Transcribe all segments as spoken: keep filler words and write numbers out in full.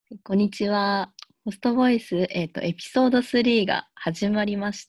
こんにちは。ホストボイス、えっと、エピソードスリーが始まりました。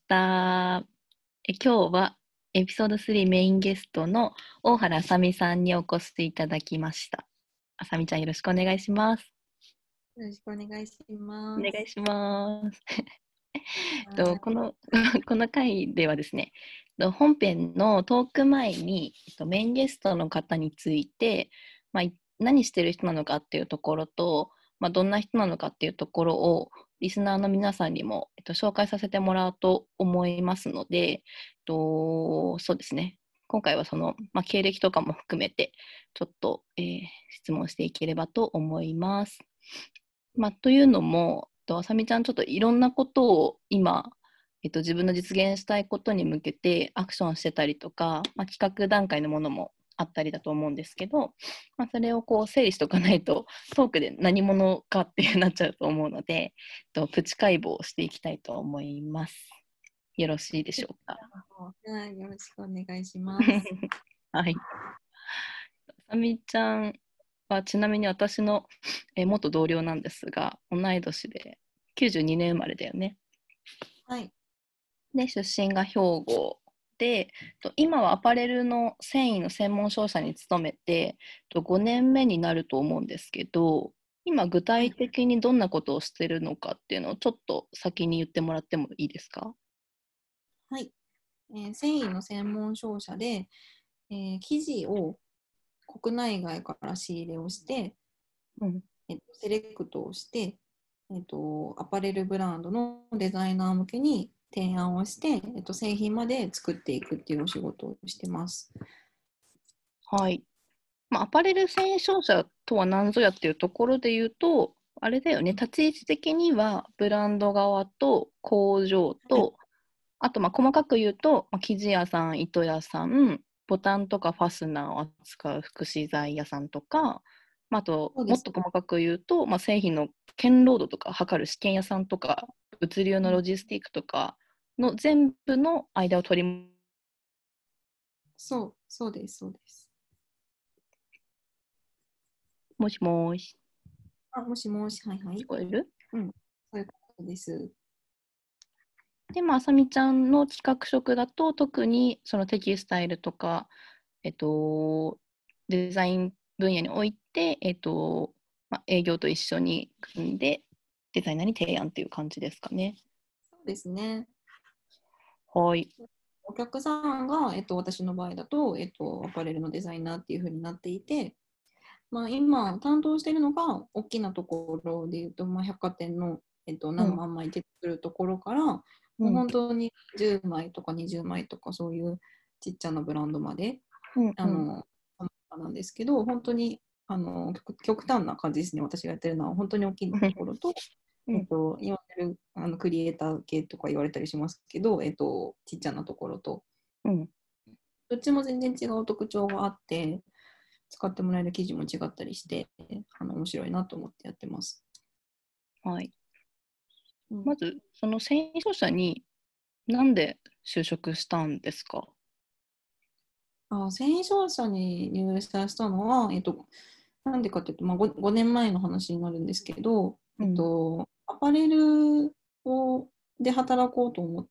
え今日はエピソードスリーメインゲストの大原あさみさんにお越しいただきました。あさみちゃんよろしくお願いします。 よろしくお願いします。 お願いします。とはこのこの回ではですね、と本編のトーク前にえっとメインゲストの方について、まあ、い何してる人なのかっていうところと、まあ、どんな人なのかっていうところをリスナーの皆さんにも、えっと、紹介させてもらおうと思いますので、えっと、そうですね、今回はその、まあ、経歴とかも含めてちょっと、えー質問していければと思います。まあ、というのも、とあさみちゃん、ちょっといろんなことを今、えっと、自分の実現したいことに向けてアクションしてたりとか、まあ、企画段階のものもあったりだと思うんですけど、まあ、それをこう整理しておかないとトークで何者かってなっちゃうと思うので、とプチ解剖をしていきたいと思います。よろしいでしょうか。 い、よろしくお願いします。 はい。あさみちゃんはちなみに私のえ元同僚なんですが、同い年できゅうじゅうにねん生まれだよね。 はい。 で、出身が兵庫で、今はアパレルの繊維の専門商社に勤めて、ごねんめになると思うんですけど、今具体はい。 的にどんなことをしてるのかっていうのをちょっと先に言ってもらってもいいですか？ はい。えー繊維の専門商社で、えー生地を国内外から仕入れをして、 うん。 えっと、セレクトをして、えっと、アパレルブランドのデザイナー向けに提案をして、えっと、製品まで作っていくっていうお仕事をしてます。 はい。まあ、アパレル繊維商社とは何ぞやっていうところで言うと、あれだよね、立ち位置的にはブランド側と工場はい。 と、あとまあ細かく言うと、まあ、生地屋さん、糸屋さん、ボタンとかファスナーを扱う福祉材屋さんとか、まあ、あとそうです。 もっと細かく言うと、まあ、製品の検労度とか測る試験屋さんとか、物流のロジスティックとかの全部の間を取り、 そう、そうです、そうです。 もしもし、 あ、もしもし、はいはい。 聞こえる？ うん、そういうことです。 で、まあ、あさみちゃんの企画職だと、特にそのテキスタイルとか、えっと、デザイン分野において、えっと、まあ、営業と一緒に組んで、デザイナーに提案っていう感じですかね。 そうですね。 はい。 お客さんが、えっと、私の場合だと、えっと、アパレルのデザイナーっていう風になっていて、まあ、今、担当しているのが、大きなところでいうと、まあ、百貨店の、えっと、 うん、 何万枚出てくるところから、もううん、 本当にじゅうまいとかにじゅうまいとか、そういうちっちゃなブランドまで、 うん、うん、 あの、なんですけど、本当にあの極極端な感じですね、私がやってるのは、本当に大きいところと、 うん、 えっと、言われるあのクリエイター系とか言われたりしますけど、えっと、ちっちゃなところと、 うん。 どっちも全然違う特徴があって、使ってもらえる記事も違ったりして、あの面白いなと思ってやってます。 はい。 うん、 まず、その繊維商社になんで就職したんですか？ あ、繊維商社に入社したのは、えっと、なんでかというと、まあ、5, ごねんまえの話になるんですけど、えっうん、 と、アパレルをで働こうと思って、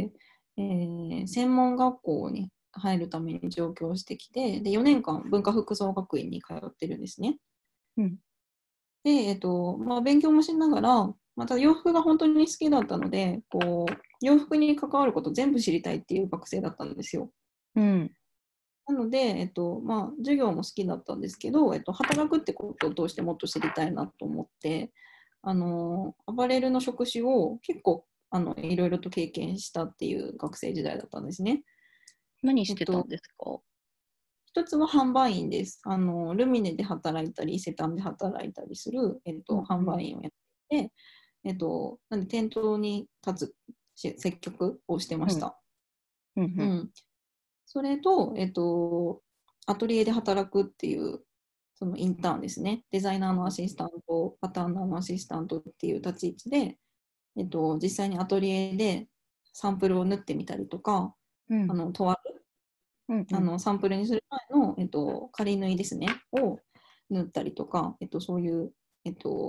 えー専門学校に入るために上京してきて、で、よねんかん文化服装学院に通ってるんですね。 うん、 で、えっと、まあ、勉強もしながら、また洋服が本当に好きだったので、こう、洋服に関わること全部知りたいっていう学生だったんですよ。 うん、 なので、えっと、まあ、授業も好きだったんですけど、えっと、働くってことを通してもっと知りたいなと思って、あの、アパレルの職種を結構、あの、いろいろと経験したっていう学生時代だったんですね。 何してたんえっと、 ですか？ 一つは販売員です。あの、ルミネで働いたり、伊勢丹で働いたりする、えっと、 うん、 販うん、 売員をやってて、えっと、なんで店頭に立つし接客をしてまうん、 した。 うん、 うん。それと、えっと、アトリエで働くっていう、そのインターンですね。デザイナーのアシスタント、パターンナーのアシスタントっていう立ち位置で、えっと、実際にアトリエでサンプルを縫ってみたりとか、 うん、 あの、とあるうん、うん、 あのサンプルにする前の、えっと、仮縫いですね、を縫ったりとか、えっと、そういう、えっと、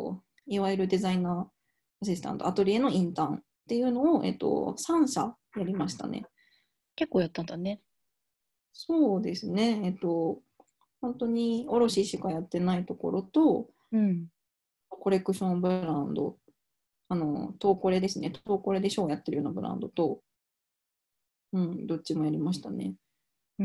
いわゆるデザイナーアシスタント、アトリエのインターンっていうのを、えっと、さん社やりましたね。 結構やったんだね。 そうですね。えっと、本当に卸しかやってないところと、 うん。 コレクションブランド、あの、トーコレですね。トーコレでショーをやってるようなブランドと、うん、どっちもやりましたね。 うん。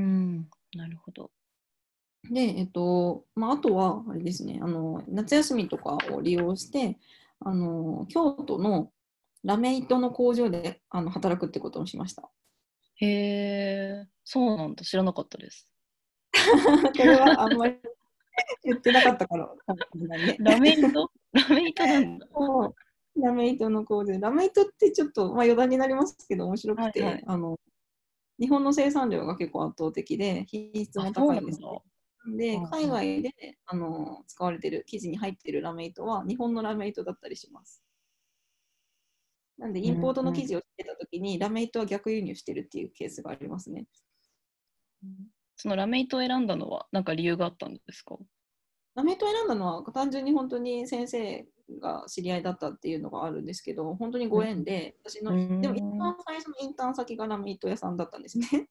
なるほど。 で、えっと、まあ、あとは、あれですね、あの、夏休みとかを利用して、あの、京都のラメ糸の工場であの働くってことをしました。 へえ、そうなんだ。知らなかったです。 これはあんまり言ってなかったからかもしれないね。 ラメ糸ラメ糸なんだ。 そう、ラメ糸の工場。ラメ糸ってちょっと、まあ、余談になりますけど、面白くて、 はいはい。 あの、日本の生産量が結構圧倒的で、品質あ、 もそうなんだ。 高いんですね。で、 うんうん。 海外であの使われている、生地に入っているラメ糸は日本のラメ糸だったりします。なんで、インポートの生うんうん。 地をしてたときに、ラメ糸は逆輸入してるっていうケースがありますね。 そのラメ糸を選んだのは何か理由があったんですか？ ラメ糸を選んだのは、単純に本当に先生が知り合いだったっていうのがあるんですけど、本当にご縁で、私の、 うでも一ん。 番最初のインターン先がラメ糸屋さんだったんですね。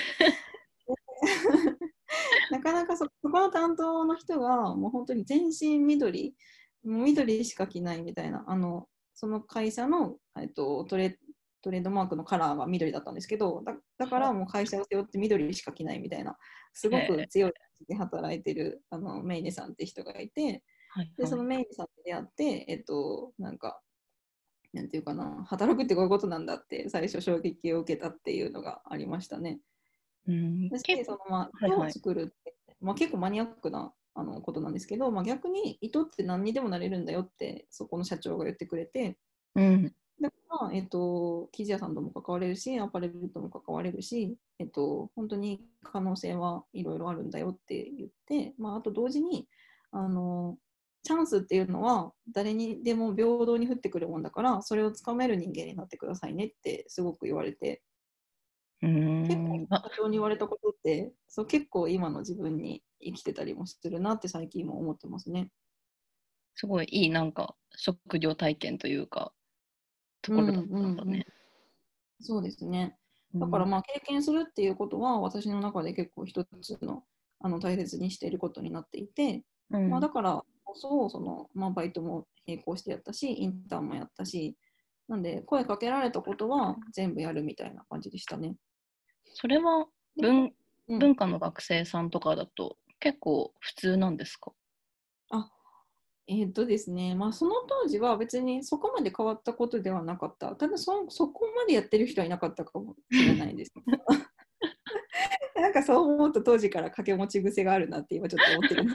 なかなかそ、そこの担当の人が、もう本当に全身緑、もう緑しか着ないみたいな、あの、その会社の、えっと、トレ、トレードマークのカラーが緑だったんですけど、だ、だからもう会社を背負って緑しか着ないみたいな、すごくへえ。 強い感じで働いてるあのメイネさんって人がいて、で、そのはいはい。 メイネさんと出会って、えっと、なんか、なんていうかな、働くってこういうことなんだって最初衝撃を受けたっていうのがありましたね。 うん。 そして、そ結構、 のまあ、糸をはいはい。 作るって、まあ、結構マニアックなあのことなんですけど、まあ、逆に糸って何にでもなれるんだよって、そこの社長が言ってくれて、 うん。 だから、えっと、生地屋さんとも関われるし、アパレルとも関われるし、えっと、本当に可能性はいろいろあるんだよって言って、まあ、あと同時に、あの、チャンスっていうのは誰にでも平等に降ってくるもんだから、それをつかめる人間になってくださいねってすごく言われて、 う結構ん。あ、 社長に言われたことって、そう結構今の自分に生きてたりもするなって最近も思ってますね。 すごいいいなんか職業体験というか、とうんころだっうんうん。 たんだね。 そうですね。 うん。 だからまあ経験するっていうことは私の中で結構一つの、あの大切にしていることになっていて、まあ、 うん。 だからこそその、まあ、バイトも並行してやったし、インターンもやったし、なんで声かけられたことは全部やるみたいな感じでしたね。 それはで、 文、 うん。 文化の学生さんとかだと結構普通なんですか？ あ、えーっとですね、まあ、その当時は別にそこまで変わったことではなかった。ただそ、そこまでやってる人はいなかったかもしれないです。なんかそう思うと当時から掛け持ち癖があるなって今ちょっと思ってるんです。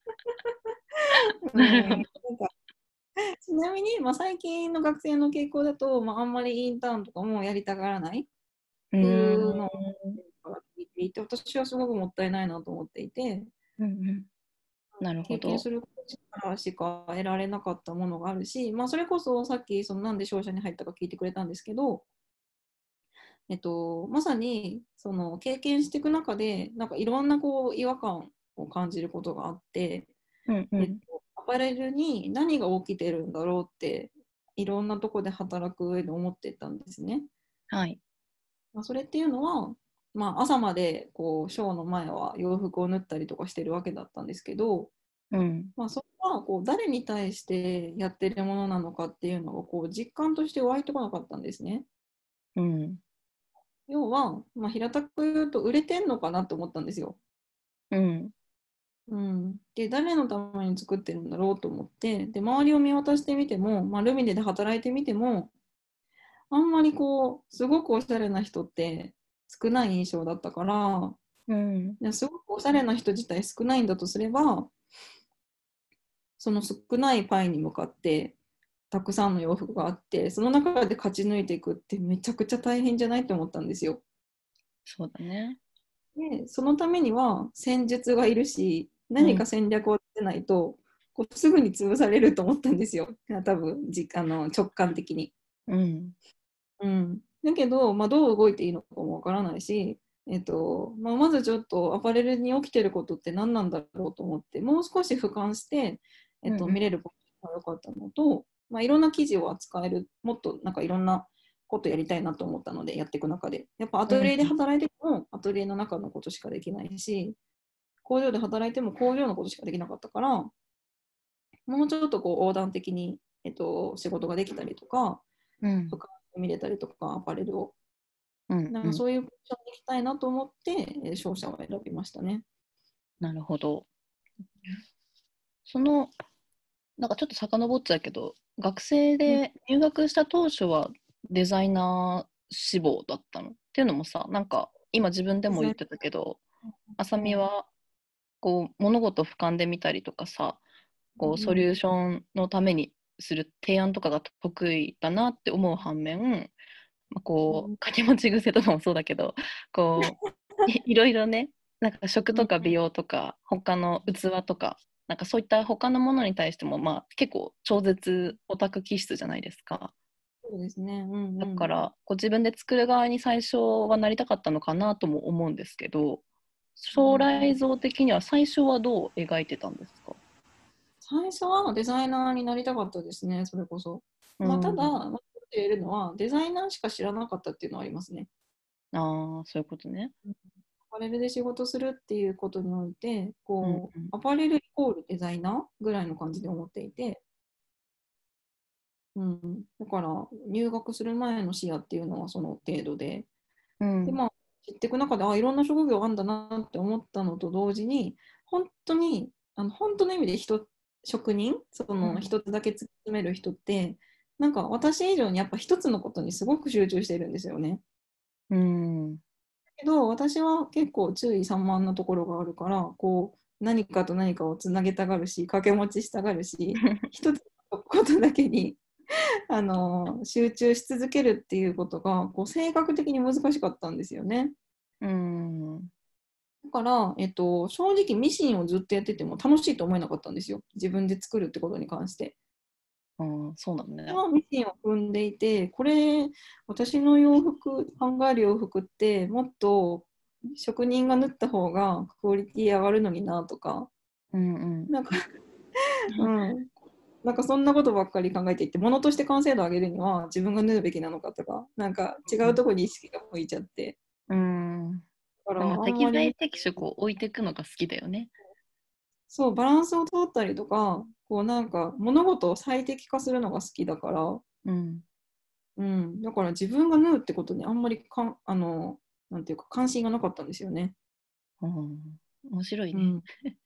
うん、 なるほど。 なんかちなみに、まあ、最近の学生の傾向だと、まあ、あんまりインターンとかもやりたがらないっうていーん。 うのを聞いていて、私はすごくもったいないなと思っていて、 うんうん。なるほ経験ど。 するからしか得られなかったものがあるし、まあ、それこそさっきそのなんで商社に入ったか聞いてくれたんですけど、えっと、まさにその経験していく中でなんかいろんなこう違和感を感じることがあって、えっうんうん。 と、アパレルに何が起きてるんだろうっていろんなとこで働く上で思ってたんですね。 はい。 まあ、それっていうのは、まあ、朝までこうショーの前は洋服を縫ったりとかしてるわけだったんですけど、 うん。 まあ、それはこう誰に対してやってるものなのかっていうのがこう実感として湧いてこなかったんですね。 うん。 要は、まあ、平たく言うと売れてんのかなと思ったんですよ。 うん。 うん、で、誰のために作ってるんだろうと思って、で、周りを見渡してみても、まあ、ルミネで働いてみても、あんまりこう、すごくおしゃれな人って少ない印象だったから、 うん。 ですごくおしゃれな人自体少ないんだとすれば、その少ないパイに向かってたくさんの洋服があって、その中で勝ち抜いていくってめちゃくちゃ大変じゃないって思ったんですよ。 そうだね。 で、そのためには戦術がいるし、 うん。 何か戦略を立てないと、こうすぐに潰されると思ったんですよ。多分じあの直感的に。 うん。 うん、だけど、まあ、どう動いていいのかもわからないし、えっとまあ、まずちょっとアパレルに起きてることって何なんだろうと思って、もう少し俯瞰して、えっと、 うんうん。 見れることが良かったのと、まあ、いろんな記事を扱える、もっとなんかいろんなことやりたいなと思ったので、やっていく中で。やっぱアトリエで働いても、アトリエの中のことしかできないし、工場で働いても工場のことしかできなかったから、もうちょっとこう横断的に、えっと、仕事ができたりとか、 うん。 俯瞰して見れたりとか、アパレルを。 うんうん。 なんかそういうポジションに行きたいなと思って、えー商社を選びましたね。 なるほど。その、なんかちょっと遡っちゃうけど、学生うん、 で入学した当初はデザイナー志望だったのっていうのもさ、なんか今自分でデザイも言ってたけど、あさン、うんみはこう物事を俯瞰で見たりとかさ、こうソリューションのためにする提案とかが得意だなって思う反面、まあ、こう掛け持ち癖とかもそうだけど、こうい、いろいろね、なんか食うん、 とか美容とか他の器とか、なんかそういった他のものに対しても、まあ、結構超絶オタク気質じゃないですか。 そうですね。うんうん。 だからこう自分で作る側に最初はなりたかったのかなとも思うんですけど、将来像的には最初はどう描いてたんですか？ 最初はデザイナーになりたかったですね、それこそ。まあ、ただ、 うん。 まあ、言えるのは、デザイナーしか知らなかったっていうのはありますね。 ああ、そういうことね。 アパレルで仕事するっていうことにおいて、 うんこう、アパレルイコールデザイナーぐらいの感じで思っていて、うん、だから入学する前の視野っていうのはその程度で、で、 うん。 まあ、知っていく中で、あ、いろんな職業あんだなって思ったのと同時に、本当に、あの本当の意味で人、職人、その一つだけ突き詰める人って、なんか私以上にやっぱ一つのことにすごく集中してるんですよね。 うん。 けど、私は結構注意散漫なところがあるから、こう、何かと何かをつなげたがるし、掛け持ちしたがるし、一つのことだけにあの集中し続けるっていうことがこう性格的に難しかったんですよね。 うん。 だから、えっと、正直ミシンをずっとやってても楽しいと思えなかったんですよ。自分で作るってことに関して。 ああ、そうなん私ね。 はミシンを踏んでいて、これ、私の洋服、考える洋服って、もっと職人が縫った方がクオリティ上がるのになとか、 うんうん。 なんか、うん、なんかそんなことばっかり考えていて、物として完成度を上げるには自分が縫うべきなのかとか、なんか違うところに意識が向いちゃって、 うん。 だからまあ、 あんまり適材適所こう置いていくのが好きだよね。 そう、バランスを取ったりとか、こうなんか物事を最適化するのが好きだから、 うん。 うん、だから自分が縫うってことにあんまりかん、あの、なんていうか関心がなかったんですよね。 うん、面白いね。 うん。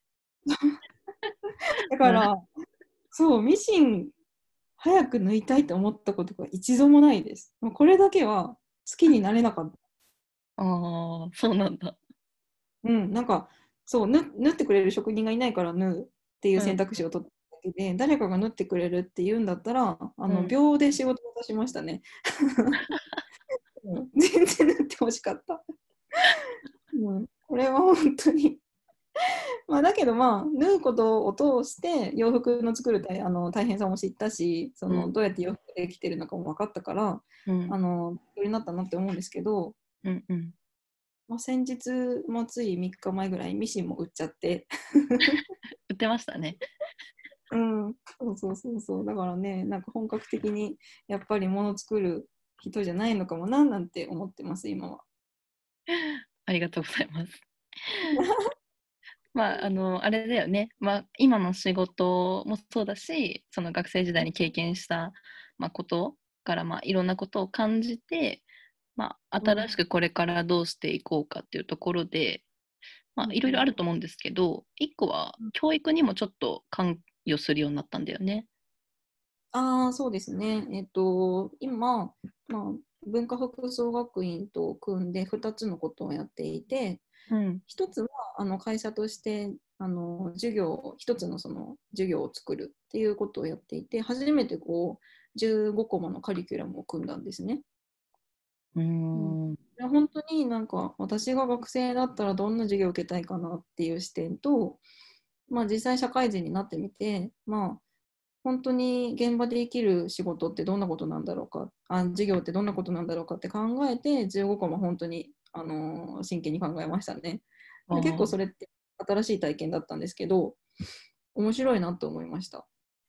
だかうん、 ら、そう、ミシン早く縫いたいと思ったことが一度もないです。もうこれだけは好きになれなかった。 ああ、そうなんだ。 うん、なんか、そう、縫縫ってくれる職人がいないから縫うっていううん。 選択肢を取っただけで、誰かが縫ってくれるっていうんだったら、あのうん。 秒で仕事を出しましたね。うん、全然縫ってほしかった。うん、これは本当にまあだけどまあ縫うことを通して洋服の作る大あの大変さも知ったし、そうん。 のどうやって洋服できてるのかも分かったから、 うん。 あの勉強になったなって思うんですけど、 うん。うん。 まあ、先日もついみっかまえぐらいミシンも売っちゃって売ってましたね。 うん、そうそうそうそう。だからね、なんか本格的にやっぱり物作る人じゃないのかもななんて思ってます、今は。 ありがとうございます。まあ、あの、あれだよね。まあ、今の仕事もそうだし、その学生時代に経験した、まあ、ことから、まあ、いろんなことを感じて、まあ、 うん、 新しくこれからどうしていこうかっていうところで、まあ、いろいろあうんうん、 ると思うんですけど、一個は教育にもちょっと関与するようになったんだよね。 ああ、そうですね。えっと、今、まあ、文化服装学院と組んでふたつのことをやっていて、 うん。 ひとつはあの会社としてあの授業、ひとつのその授業を作るっていうことをやっていて、初めてこうじゅうごコマのカリキュラムを組んだんですね。 うーうん、いん。 や本当になんか私が学生だったらどんな授業を受けたいかなっていう視点と、まあ、実際社会人になってみて、まあ、本当に現場で生きる仕事ってどんなことなんだろうか、あ、授業ってどんなことなんだろうかって考えて、じゅうごコマ本当に、あのー真剣に考えましたね。 あで結構ー、 それって新しい体験だったんですけど、面白いなと思いました。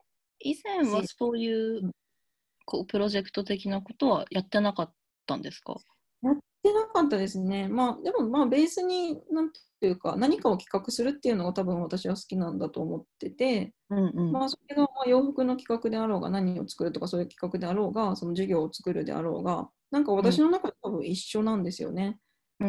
以前はし、 そういうこうプロジェクト的なことはやってなかったんですか？ やってなかったですね。まあ、でも、まあ、ベースに、なんていうか、何かを企画するっていうのが多分私は好きなんだと思ってて、 うんうん。 まあ、それがまあ洋服の企画であろうが、何を作るとかそういう企画であろうが、その授業を作るであろうが、なんかうん私の中で多分一緒なんですよね。 うん。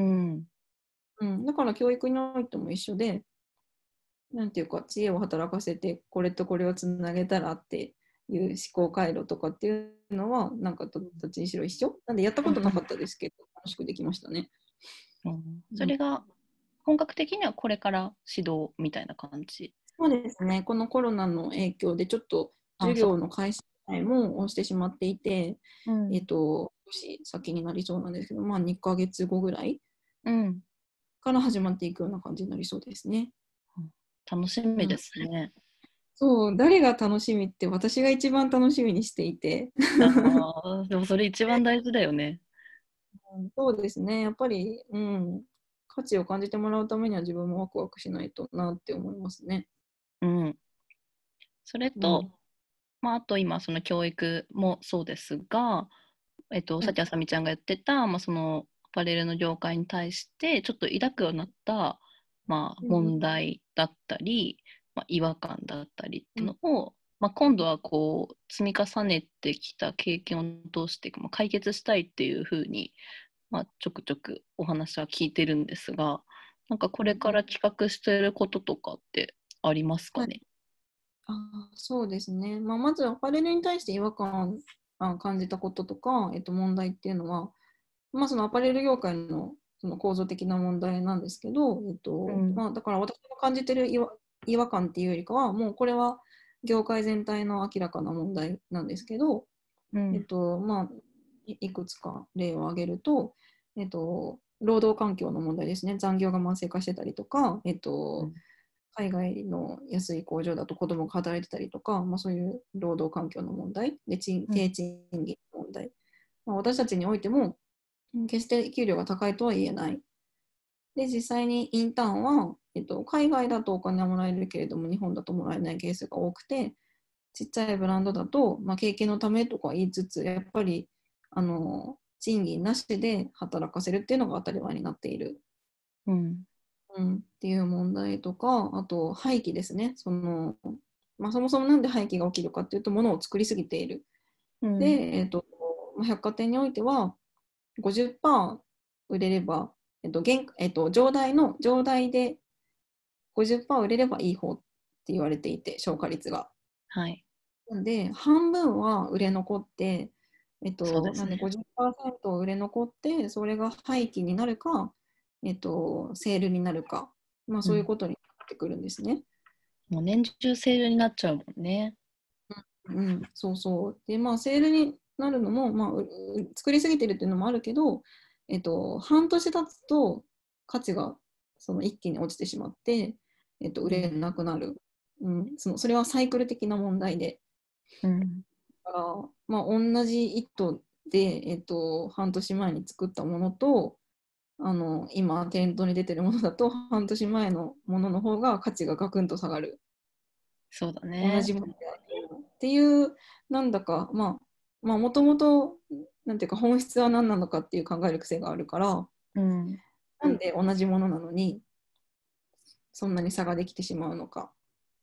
うん、だから教育においても一緒で、なんていうか、知恵を働かせて、これとこれをつなげたらっていう思考回路とかっていうのは、なんかどっちにしろ一緒なんで、やったことなかったですけど、楽しくできましたね。 うん、 うん、 それが本格的にはこれから指導みたいな感じ。 そうですね、このコロナの影響で、ちょっと授あ、そっか。 業の開始も押してしまっていて、 うん。 えっと、少し先になりそうなんですけど、まあ、にかげつごぐらいうん。 から始まっていくような感じになりそうですね。 楽しみでうん、 すね。 そう、誰が楽しみって私が一番楽しみにしていて、 ああ、でもそれ一番大事だよね。 うん、そうですね、やっぱり、うん、価値を感じてもらうためには自分もワクワクしないとなって思いますね。 うん。それと、 うん。 まあ、あと今その教育もそうですが、えっと、 はい。 さっきあさみちゃんが言ってた、まあ、そのアパレルの業界に対してちょっと抱くようになった、まあ、 うん。 問題だったり、まあ、違和感だったりってうん。 いうのを、まあ、今度はこう積み重ねてきた経験を通して、まあ、解決したいっていうふうに、まあ、ちょくちょくお話は聞いてるんですが、なんかこれかうん。 ら企画してることとかってありますかはい。 ね？ あー、そうですね。まあ、まずアパレルに対して違和感あ感じたこととか、えっと、問題っていうのは、まあ、そのアパレル業界のその構造的な問題なんですけど、えっと、 うん、 まあ、だから私が感じてる違和、違和感っていうよりかは、もうこれは業界全体の明らかな問題なんですけど、 うん、 えっと、まあ、いいくつか例を挙げると、えっと、労働環境の問題ですね。残業が慢性化してたりとか、えっと、 うん、 海外の安い工場だと子供が働いてたりとか、まあ、そういう労働環境の問題で、賃うん、 低賃金の問題。まあ、私たちにおいても、決して給料が高いとは言えない。で、実際にインターンは、えっと、海外だとお金はもらえるけれども、日本だともらえないケースが多くて、ちっちゃいブランドだと、まあ、経験のためとか言いつつ、やっぱりあの賃金なしで働かせるっていうのが当たり前になっている、 うん、 うん、っていう問題とか、あと廃棄ですね。そのまあ、そもそもなんで廃棄が起きるかっていうと、物を作りすぎている。で、 うん、 えっと、百貨店においてはごじゅっパーセント売れれば、えっと現えっと、上代の上代でごじゅっパーセント売れればいい方って言われていて、消化率が。 はい、 なんで、半分は売れ残って、えっと、なんでそうですね。 ごじゅっパーセント売れ残って、それが廃棄になるか、えっと、セールになるか、まあうん、 そういうことになってくるんですね。 もう年中セールになっちゃうもんね。 うん、そうそう。で、まあセールになるのも、まあ、うう作りすぎてるっていうのもあるけど、えっと、半年経つと価値がその一気に落ちてしまって、えっと、売れうん、 なくなる。うん、そのそれはサイクル的な問題で。 うん、 から、まあ、同じ糸で、えっと、半年前に作ったものと、あの、今、店頭に出てるものだと、半年前のものの方が価値がガクンと下がる。 そうだ同ね。 じものであってもっていう、なんだか、まあ、まあ、もともと、なんていうか、本質は何なのかっていう考える癖があるから、 うん、 なんで同じものなのに、そんなに差ができてしまうのか。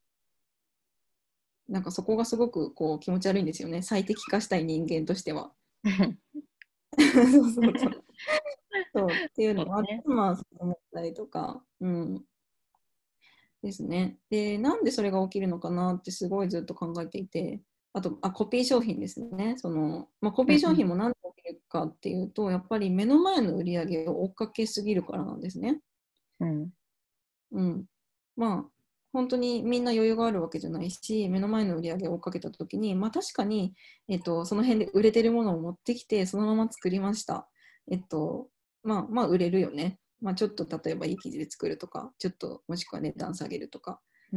なんかそこがすごくこう気持ち悪いんですよね。最適化したい人間としては。そうそうそう。そうっていうのがあって、 そうだね。 まあ、そう思ったりとか、うん、ですね。で、なんでそれが起きるのかなってすごいずっと考えていて、あと、あ、コピー商品ですね。その、まあ、コピー商うん、 品もなんで起きるかっていうと、やっぱり目の前の売り上げを追っかけすぎるからなんですね。 うん、 うん。まあ、本当にみんな余裕があるわけじゃないし、目の前の売り上げを追っかけたときに、まあ確かに、えっと、その辺で売れてるものを持ってきて、そのまま作りました。えっと、まあ、まあ売れるよね。まあちょっと例えばいい生地で作るとか、ちょっともしくは値段下げるとか、 うん、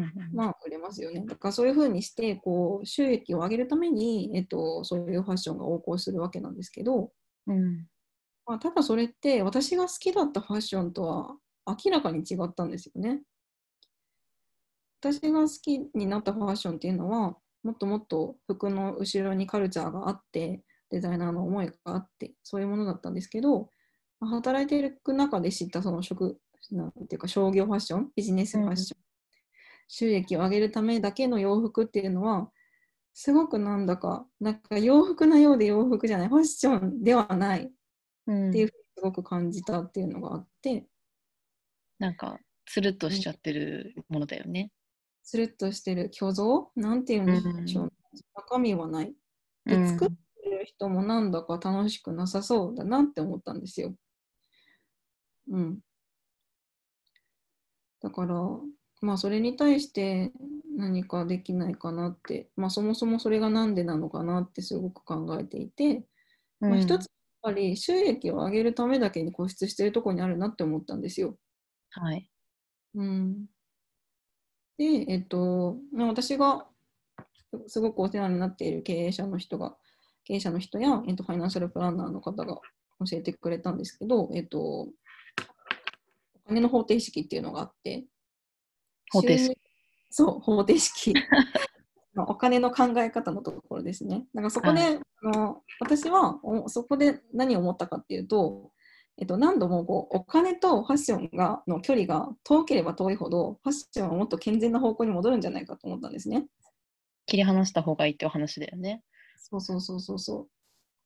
まあ売れますよね。だからそういうふうにして、こう、収益を上げるために、えっと、そういうファッションが横行するわけなんですけど、 うん、 まあ、ただそれって私が好きだったファッションとは明らかに違ったんですよね。私が好きになったファッションっていうのは、 もっともっと服の後ろにカルチャーがあって、デザイナーの思いがあって、そういうものだったんですけど、働いていく中で知ったその職、なんていうか商業ファッション、ビジネスファッション、収益を上げるためだけの洋服っていうのは、すごくなんだか、なんか洋服なようで洋服じゃない、ファッションではないっていうふうにすごく感じたっていうのがあって、 なんかつるっとしちゃってるものだよね。 つるっとしてる虚像なんていうんでしょう、 うん、 中身はない。 うで、作っん、 てる人もなんだか楽しくなさそうだなって思ったんですよ。うん。だから、まあ、それに対して何かできないかなって、まあ、そもそもそれがなんでなのかなってすごく考えていて、まあ、一つうん、 やっぱり収益を上げるためだけに固執しているところにあるなって思ったんですよ。 はい。 うん、で、えっと、まあ、私がすごくお世話になっている経営者の人が、経営者の人や、えっと、ファイナンシャルプランナーの方が教えてくれたんですけど、えっと、お金の方程式っていうのがあって、収入、 方程式。 そう、方程式。お金の考え方のところですね。だからそこで、 はい。 あの私はおそこで何を思ったかっていうと、えっと、何度もこうお金とファッションがの距離が遠ければ遠いほど、ファッションはもっと健全な方向に戻るんじゃないかと思ったんですね。 切り離した方がいいってお話だよね。 そうそうそうそうそう。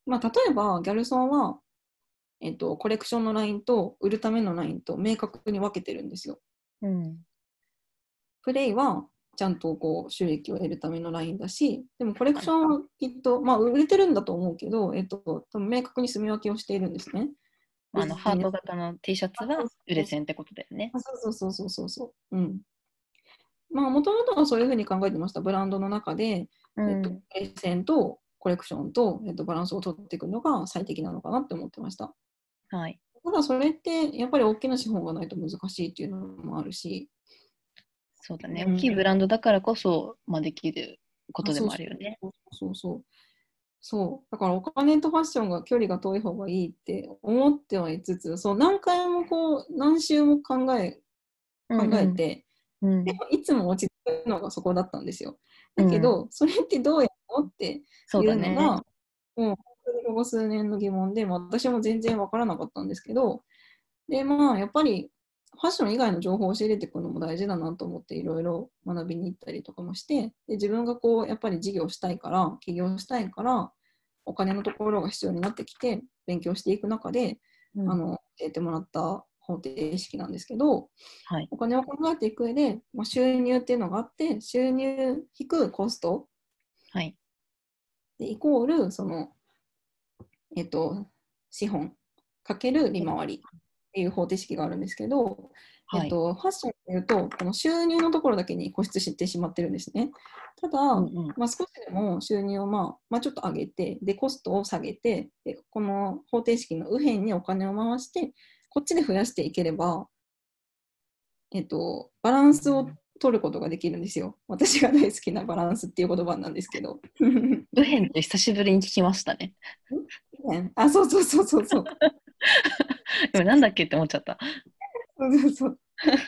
まあ、例えば、ギャルソンは、えっと、コレクションのラインと売るためのラインと明確に分けてるんですよ。 うん。 プレイはちゃんとこう収益を得るためのラインだし、でもコレクションはきっと、まあ、売れてるんだと思うけど、えっと、多分明確に住み分けをしているんですね。ビあの、ハージネス。 ト型の T シャツは売れ線ってことだよね。 そうそうそうそうそう。うん。まあ、もともとはそういうふうに考えてました。ブランドの中で、えっと、 うん。 プレゼンとコレクションと、えっと、バランスを取っていくのが最適なのかなって思ってました。 はい。 ただ、それってやっぱり大きな資本がないと難しいっていうのもあるし、 そうだね。大うん、 きいブランドだからこそ、まあ、できるこあ、 とでそうそもあるよね。 うそうそう。そう。だからお金とファッションが距離が遠い方がいいって思ってはいつつ、そう何回もこう何周も考え考うんうん。 えて、 うん。 でもいつも落ち着くのがそこだったんですよ。 うん。 だけど、それってどうやるのってそういうのが、 だね。 もう本当にここ数年の疑問で、まあ私も全然わからなかったんですけど、で、まあやっぱりファッション以外の情報を仕入れていくのも大事だなと思っていろいろ学びに行ったりとかもして、で自分がこうやっぱり事業したいから、起業したいから、お金のところが必要になってきて勉強していく中で、 うん。 あの教えてもらった方程式なんですけど、 はい。 お金を考えていく上で、まあ、収入っていうのがあって、収入引くコストはい。 でイコールその、えっと、資本かける利回りっていう方程式があるんですけど、えはい。 っと、ファッションでいうと、この収入のところだけに固執してしまってるんですね。ただ、 うんうん。 まあ、少しでも収入を、まあ、まあちょっと上げて、で、コストを下げて、でこの方程式の右辺にお金を回して、こっちで増やしていければ、えっと、バランスを取ることができるんですよ。私が大好きなバランスっていう言葉なんですけど。 右辺って久しぶりに聞きましたね。 あ、そうそうそうそうそう。 今なんだっけって思っちゃった。 そうそうそう。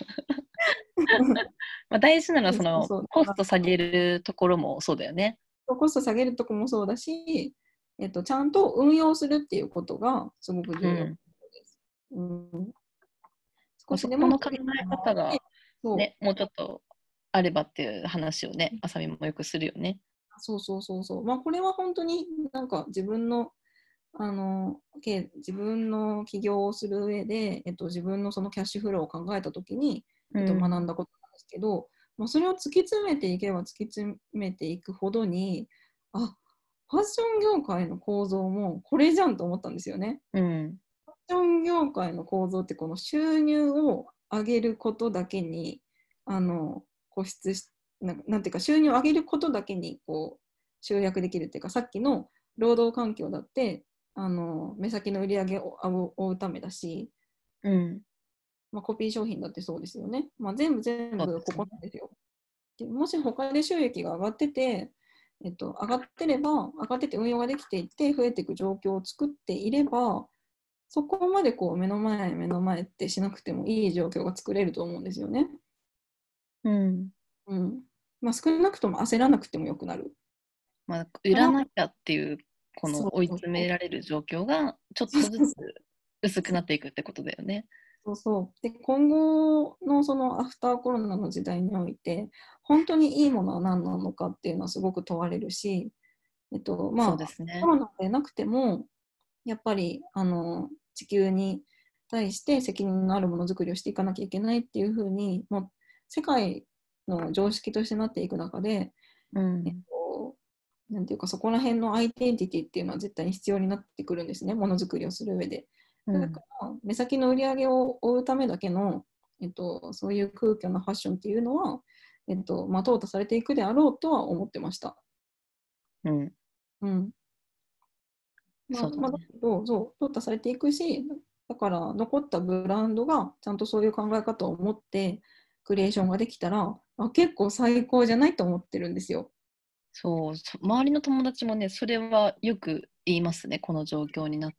まあ、大事なのはそのそうそうコスト下げるところもそうだよね。 コスト下げるとこもそうだし、えっと、ちゃんと運用するっていうことがすごく重要うん。 です。うん、 まあ、 少しでもそこの考え方がそうね、もうちょっとあればっていう話をね、あさみもよくするよね。 そうそうそうそう。まあ、これは本当になんか自分のあのけ自分の起業をする上で、えっと、自分のそのキャッシュフローを考えたときに、えっと、学うん。 んだことなんですけど、まあ、それを突き詰めていけば突き詰めていくほどに、あ、ファッション業界の構造もこれじゃんと思ったんですよね。 うん。 ファッション業界の構造ってこの収入を上げることだけにあの固執しな、なんていうか収入を上げることだけにこう集約できるっていうか、さっきの労働環境だってあの目先の売り上げを追うためだし、 うん。 まあ、コピー商品だってそうですよね。まあ、全部全部こそうですね。 こなんですよ。でもし他で収益が上がってて、えっと、上がってれば、上がってて運用ができていて、増えていく状況を作っていれば、そこまでこう目の前、目の前ってしなくてもいい状況が作れると思うんですよね。 うん。 うん。まあ、少なくとも焦らなくてもよくなる。 まあ、売から、 らなきゃっていう、こそうの追いそうそう。 詰められる状況がちょっとずつそうそう薄くなっていくってことだよね。 そうそう。で、今後のそのアフターコロナの時代において、本当にいいものは何なのかっていうのはすごく問われるし、えっと、 そうまあ、 ですね。 コロナでなくても、やっぱり、あの、地球に対して責任のあるものづくりをしていかなきゃいけないっていうふうに、もう世界の常識としてなっていく中で、えっうん。 と、なんていうか、そこら辺のアイデンティティっていうのは絶対に必要になってくるんですね、ものづくりをする上で。だかうん。 ら、目先の売り上げを追うためだけの、えっと、そういう空虚なファッションっていうのは、えっと、まあ、淘汰されていくであろうとは思ってました。 うん。 うん。まあ、まあ、だそうだね。 けど、そう、淘汰されていくし、だから残ったブランドがちゃんとそういう考え方を持ってクリエーションができたら、あ、結構最高じゃないと思ってるんですよ。 そう、そ周りの友達もね、それはよく言いますね、この状況になって。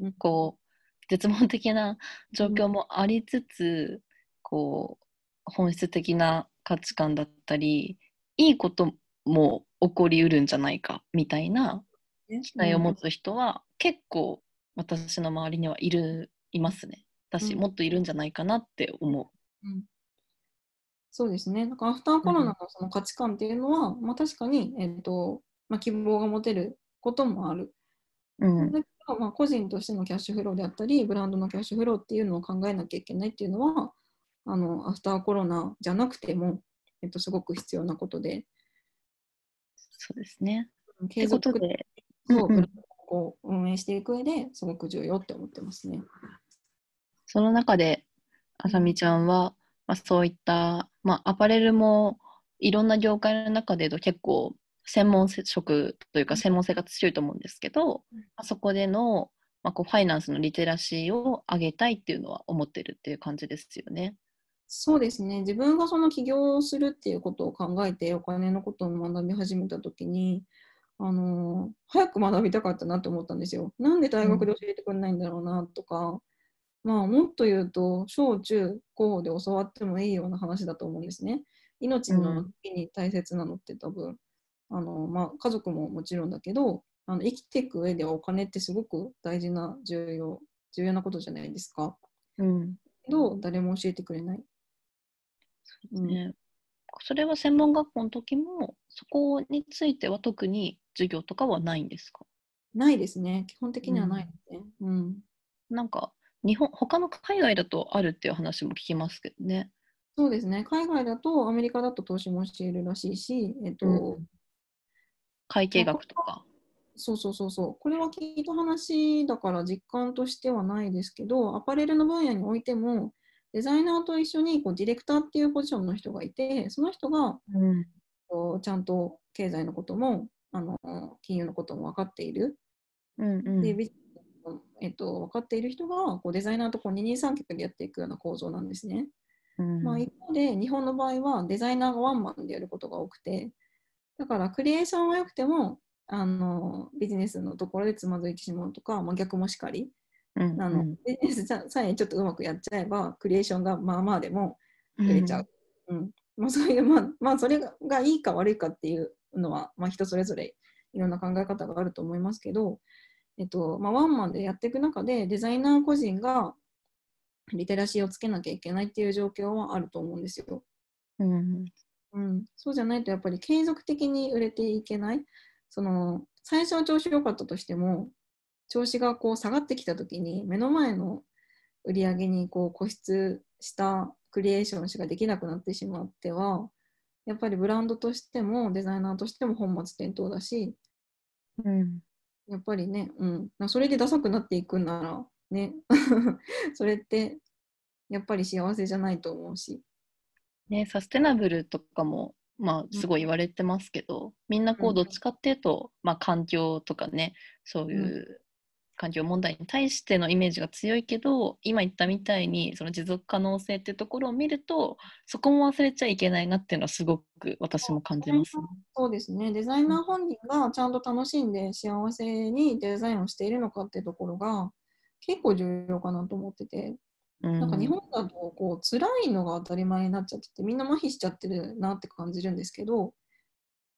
うん、 こう、絶望的な状うん、 況もありつつ、こう、本質的な価値観だったり、いいことも起こりうるんじゃないか、みたいなね、 期うん、 待を持つ人は結構私の周りにはいる、いますね。私、 うん、 もっといるんじゃないかなって思うん。そうですね。だからアフターう。うん。 コロナのその価値観っていうのは、まあ、確かに、えっとまあ、希望が持てることもある。 うん。 だけど、まあ、個人としてのキャッシュフローであったり、ブランドのキャッシュフローっていうのを考えなきゃいけないっていうのは、あのアフターコロナじゃなくても、えっと、すごく必要なことで、 そうですね。ってこと継続的で、 にそうブランうんうん。 ドを運営していく上ですごく重要って思ってますね。 その中で、あさみちゃんは、まあ、そういった、まあ、アパレルもいろんな業界の中で言うと結構専門職というか専門性が強いと思うんですけど、まあ、そこでの、まあ、こうファイナンスのリテラシーを上げたいっていうのは思ってるっていう感じですよね。 そうですね。自分がその起業をするっていうことを考えてお金のことを学び始めたときに、あの早く学びたかったなと思ったんですよ。なんで大うん学で教えてくれないんだろうなとか、まあ、もっと言うと、小中高で教わってもいいような話だと思うんですね。命のうん時に大切なのって多分、あのまあ、家族ももちろんだけど、あの生きていく上ではお金ってすごく大事な重要、重要なことじゃないですか。 うんけど、誰も教えてくれない。うん、 ね、それは専門学校の時もそこについては特に授業とかはないんですか？ ないですね。基本的にはないうん、 ですね。うん。 なんか日本他の海外だとあるっていう話も聞きますけどね。 そうですね。海外だと、アメリカだと投資も教えるらしいし、えっうん、 と、 会計まあ、こ学とか。 そうそうそうそう。これは聞いた話だから実感としてはないですけど、アパレルの分野においても、デザイナーと一緒にこうディレクターっていうポジションの人がいて、その人がうん、 こうちゃんと経済のことも、あの金融のことも分かっている。 うんうで、 んビジネスのえっと、分かっている人がこうデザイナーとこう二人三脚でやっていくような構造なんですね。まあ、 うん。 一方で、日本の場合はデザイナーがワンマンでやることが多くて、だからクリエーションは良くても、あのビジネスのところでつまずいてしまうとか、まあ、逆もしかり、あのうんビジネスさえちょっとうまくやっちゃえば、クリエーションがまあまあでもうん。 売れちゃう。うんまあ、そういう、まあ、まあ、それがいいか悪いかっていうのは、まあ、人それぞれいろんな考え方があると思いますけど、えっとまあ、ワンマンでやっていく中で、デザイナー個人がリテラシーをつけなきゃいけないっていう状況はあると思うんですよ。 うん。 うん、そうじゃないとやっぱり継続的に売れていけない。その最初は調子良かったとしても、調子がこう下がってきたときに、目の前の売り上げにこう固執したクリエーションしかできなくなってしまっては、やっぱりブランドとしてもデザイナーとしても本末転倒だし、 うん。 やっぱりね、うん、それでダサくなっていくんなら、ね、それってやっぱり幸せじゃないと思うし。 ね、サステナブルとかも、まあ、 うん、 すごい言われてますけど、みんなうん、 こう、どっちかっていうと、まあ、環境とかね、そういうん、 う環境問題に対してのイメージが強いけど、今言ったみたいに、その持続可能性っていうところを見ると、そこも忘れちゃいけないなっていうのはすごく私も感じますね。 そうですね。デザイうんナー本人がちゃんと楽しんで幸せにデザインをしているのかっていうところが結構重要かなと思ってて、 うなんか日ん本だとこう辛いのが当たり前になっちゃってて、みんな麻痺しちゃってるなって感じるんですけど、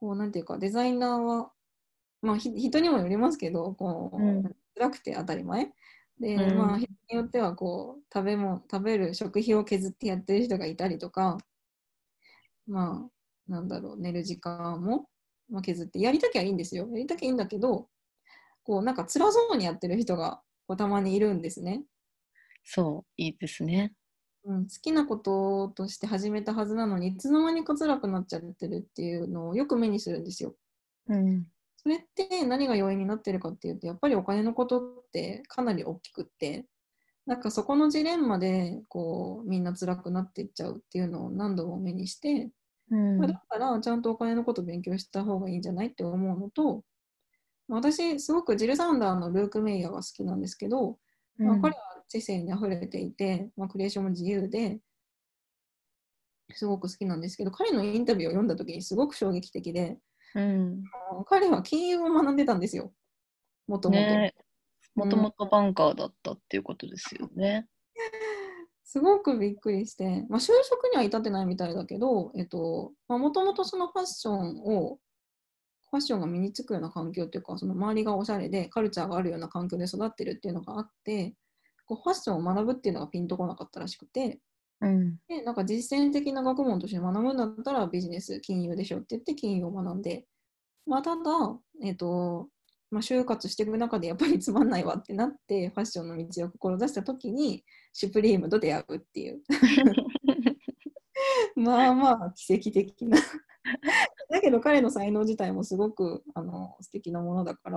こうなんていうかデザイナーは、まあ、ひ人にもよりますけどこう、 うん、 辛くて当たり前で、 うん、 まあ、人によってはこう食べも食べる食費を削ってやってる人がいたりとか、まあ、なんだろう、寝る時間も、まあ、削ってやりたきゃいいんですよ。やりたきゃいいんだけど、こうなんか辛そうにやってる人がこうたまにいるんですね。 そう、いいですね。 うん、好きなこととして始めたはずなのにいつの間にか辛くなっちゃってるっていうのをよく目にするんですよ。 うん、 それって何が要因になってるかっていうと、やっぱりお金のことってかなり大きくって、なんかそこのジレンマでこうみんな辛くなっていっちゃうっていうのを何度も目にして、まあ、だうん、 からちゃんとお金のことを勉強した方がいいんじゃないって思うのと、私すごくジル・サンダーのルーク・メイヤーが好きなんですけど、まあ、 うん、 彼は知性にあふれていて、まあ、クリエーションも自由ですごく好きなんですけど、彼のインタビューを読んだ時にすごく衝撃的で、 うん。 彼は金融を学んでたんですよ、もともと。 ねえ、もとうん、 もとバンカーだったっていうことですよね。 すごくびっくりして、まあ、就職には至ってないみたいだけど、えっと、もともとそのファッションを、ファッションが身につくような環境っていうか、その周りがおしゃれでカルチャーがあるような環境で育ってるっていうのがあって、こうファッションを学ぶっていうのがピンとこなかったらしくて、 うん、 で、なんか実践的な学問として学ぶんだったらビジネス、金融でしょって言って金融を学んで、まあ、ただ、えっと、まあ、就活していく中でやっぱりつまんないわってなって、ファッションの道を志した時に、シュプリームと出会うっていう。まあまあ奇跡的な。だけど彼の才能自体もすごくあの素敵なものだから、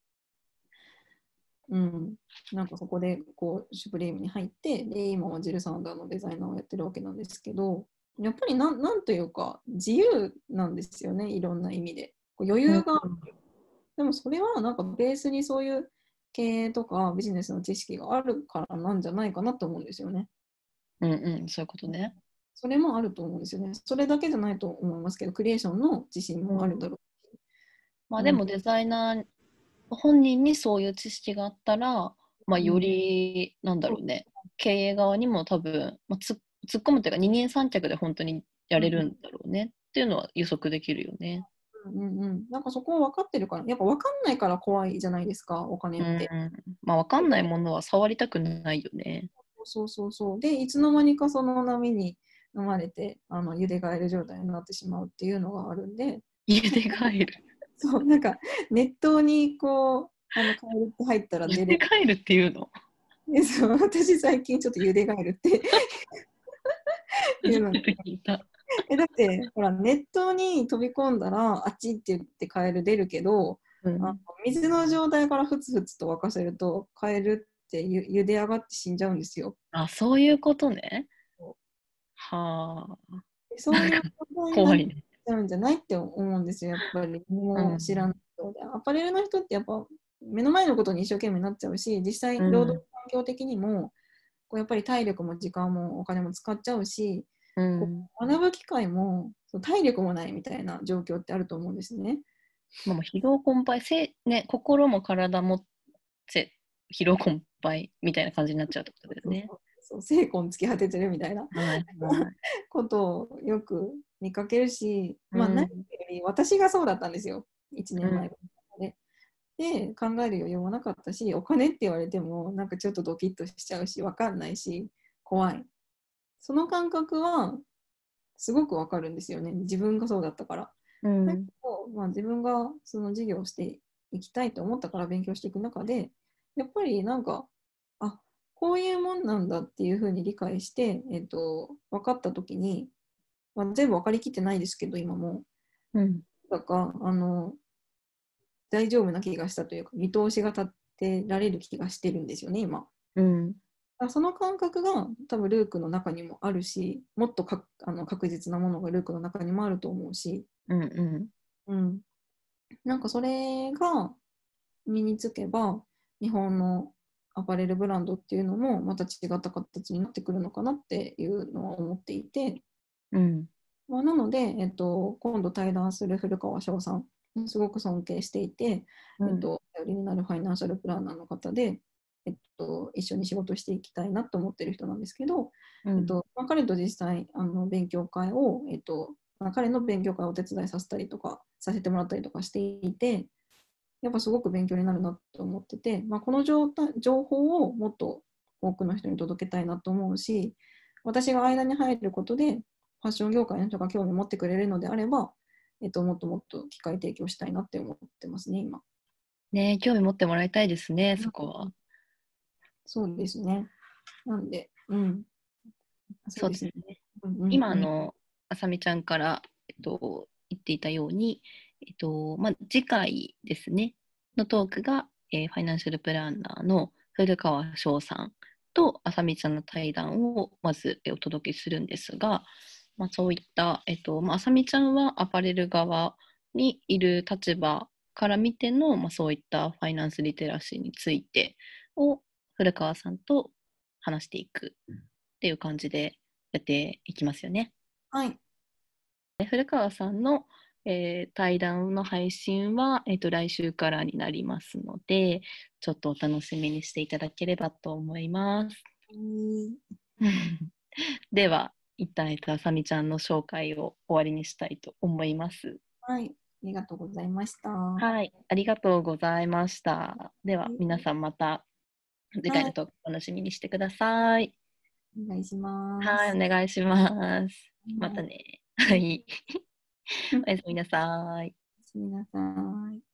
うん、なんかそこでこうシュプリームに入って、で今はジル・サンダーのデザイナーをやってるわけなんですけど、やっぱりなんなんというか自由なんですよね、いろんな意味で。こう余うん、 裕が、でもそれはなんかベースにそういう経営とかビジネスの知識があるからなんじゃないかなと思うんですよね。 うん、うん、そういうことね。 それもあると思うんですよね。それだけじゃないと思いますけど、クリエーションの自信うん、 もあるだろう。うん、 まあでもデザイナー本人にそういう知識があったら、まあ、ようん、 り、なんだろうね、経営側にも多分、まあ、つ突っ込むというか、二人三脚で本当にやうん、 れるんだろうねっていうのは予測できるよね。 うん、うん。なんかそこを分かってるから、やっぱ分かんないから怖いじゃないですか、お金うって。 ん。まあ、わかんないものは触りたくないよね。 そうそうそう。で、いつの間にかその波に飲まれて、あの、茹でガエル状態になってしまうっていうのがあるんで、 家で帰る。 そう、なんか、熱湯にこう、あの、カエルって入ったら家出れる。 で帰るっていうので、そう、私最近ちょっと茹でガエルっていうのに、 初めて聞いた。 え、だって、ほら、熱湯に飛び込んだら、あっちって言ってカエル出るけど、あのうん。 水の状態からふつふつと沸かせると、カエルってゆ茹で上がって死んじゃうんですよ。 あ、そういうことね。はあ。 でそういうなんか状態になっち怖いね。 ゃうんじゃないって思うんですよ、やっぱり。何うん。 も知らない人で。アパレルの人ってやっぱ目の前のことに一生懸命になっちゃうし、実際労働うん。 環境的にもこうやっぱり体力も時間もお金も使っちゃうし、こうん。 う学ぶ機会もそう体力もないみたいな状況ってあると思うんですね。 まあ、もう疲労困憊、せね、心も体もせ疲労困憊みたいな感じになっちゃうってことだよね。 そうそうそう、精魂尽き果ててるみたいなはいはい。 ことをよく見かけるし、 うまあ、何よん。 り私がそうだったんですよ、1 うん。 年前で。で、考える余裕もなかったし、お金って言われても、なんかちょっとドキッとしちゃうし、わかんないし、怖い。その感覚はすごくわかるんですよね。自分がそうだったから。だけうん。 ど、まあ、自分がその授業をしていきたいと思ったから勉強していく中で、やっぱりなんか、あ、こういうもんなんだっていうふうに理解して、えっと、分かったときに、まあ、全部分かりきってないですけど、今も。 うん。 なんか、あの、大丈夫な気がしたというか、見通しが立てられる気がしてるんですよね、今。 うん。 その感覚が多分ルークの中にもあるし、もっとかあの確実なものがルークの中にもあると思うし、 うん。うん。 うん、なんかそれが身につけば、日本のアパレルブランドっていうのもまた違った形になってくるのかなっていうのは思っていて、 うん。 まあ、なので、えっと、今度対談する古川翔さん、すごく尊敬していて、 うん。 えっと、頼りになるファイナンシャルプランナーの方で、えっと、一緒に仕事していきたいなと思ってる人なんですけど、 うん。 えっとまあ、彼と実際あの勉強会を、えっと、 まあ、彼の勉強会をお手伝いさせたりとか、させてもらったりとかしていて、やっぱすごく勉強になるなと思ってて、まあ、この情情報をもっと多くの人に届けたいなと思うし、私が間に入ることで、ファッション業界の人が興味を持ってくれるのであれば、えっと、もっともっと機会提供したいなって思ってますね、今。 ね、興味持ってもらいたいですね、そこは。 そうですね。なんで、うん。そうそうですね。 ですね。 うんうんうん。 今あのあさみちゃんから、えっと、言っていたように、えっとまあ、次回ですねのトークが、えーファイナンシャルプランナーの古川翔さんとあさみちゃんの対談をまず、えーお届けするんですが、まあ、そういった、えっとまあ、あさみちゃんはアパレル側にいる立場から見ての、まあ、そういったファイナンスリテラシーについてを古川さんと話していくっていう感じでやっていきますよね。 はい。 で古川さんの、えー対談の配信は、えーと、来週からになりますので、ちょっとお楽しみにしていただければと思います。では、一旦、えっと、あさみちゃんの紹介を終わりにしたいと思います。 はい。ありがとうございました。ははい、ありがとうございました。では、皆さんまた次回のい。 トーク楽しみにしてください。 お願いしまはい、 す。 お願いします。まはい。 たね。はい。おやすみなさい。 おやすみなさい。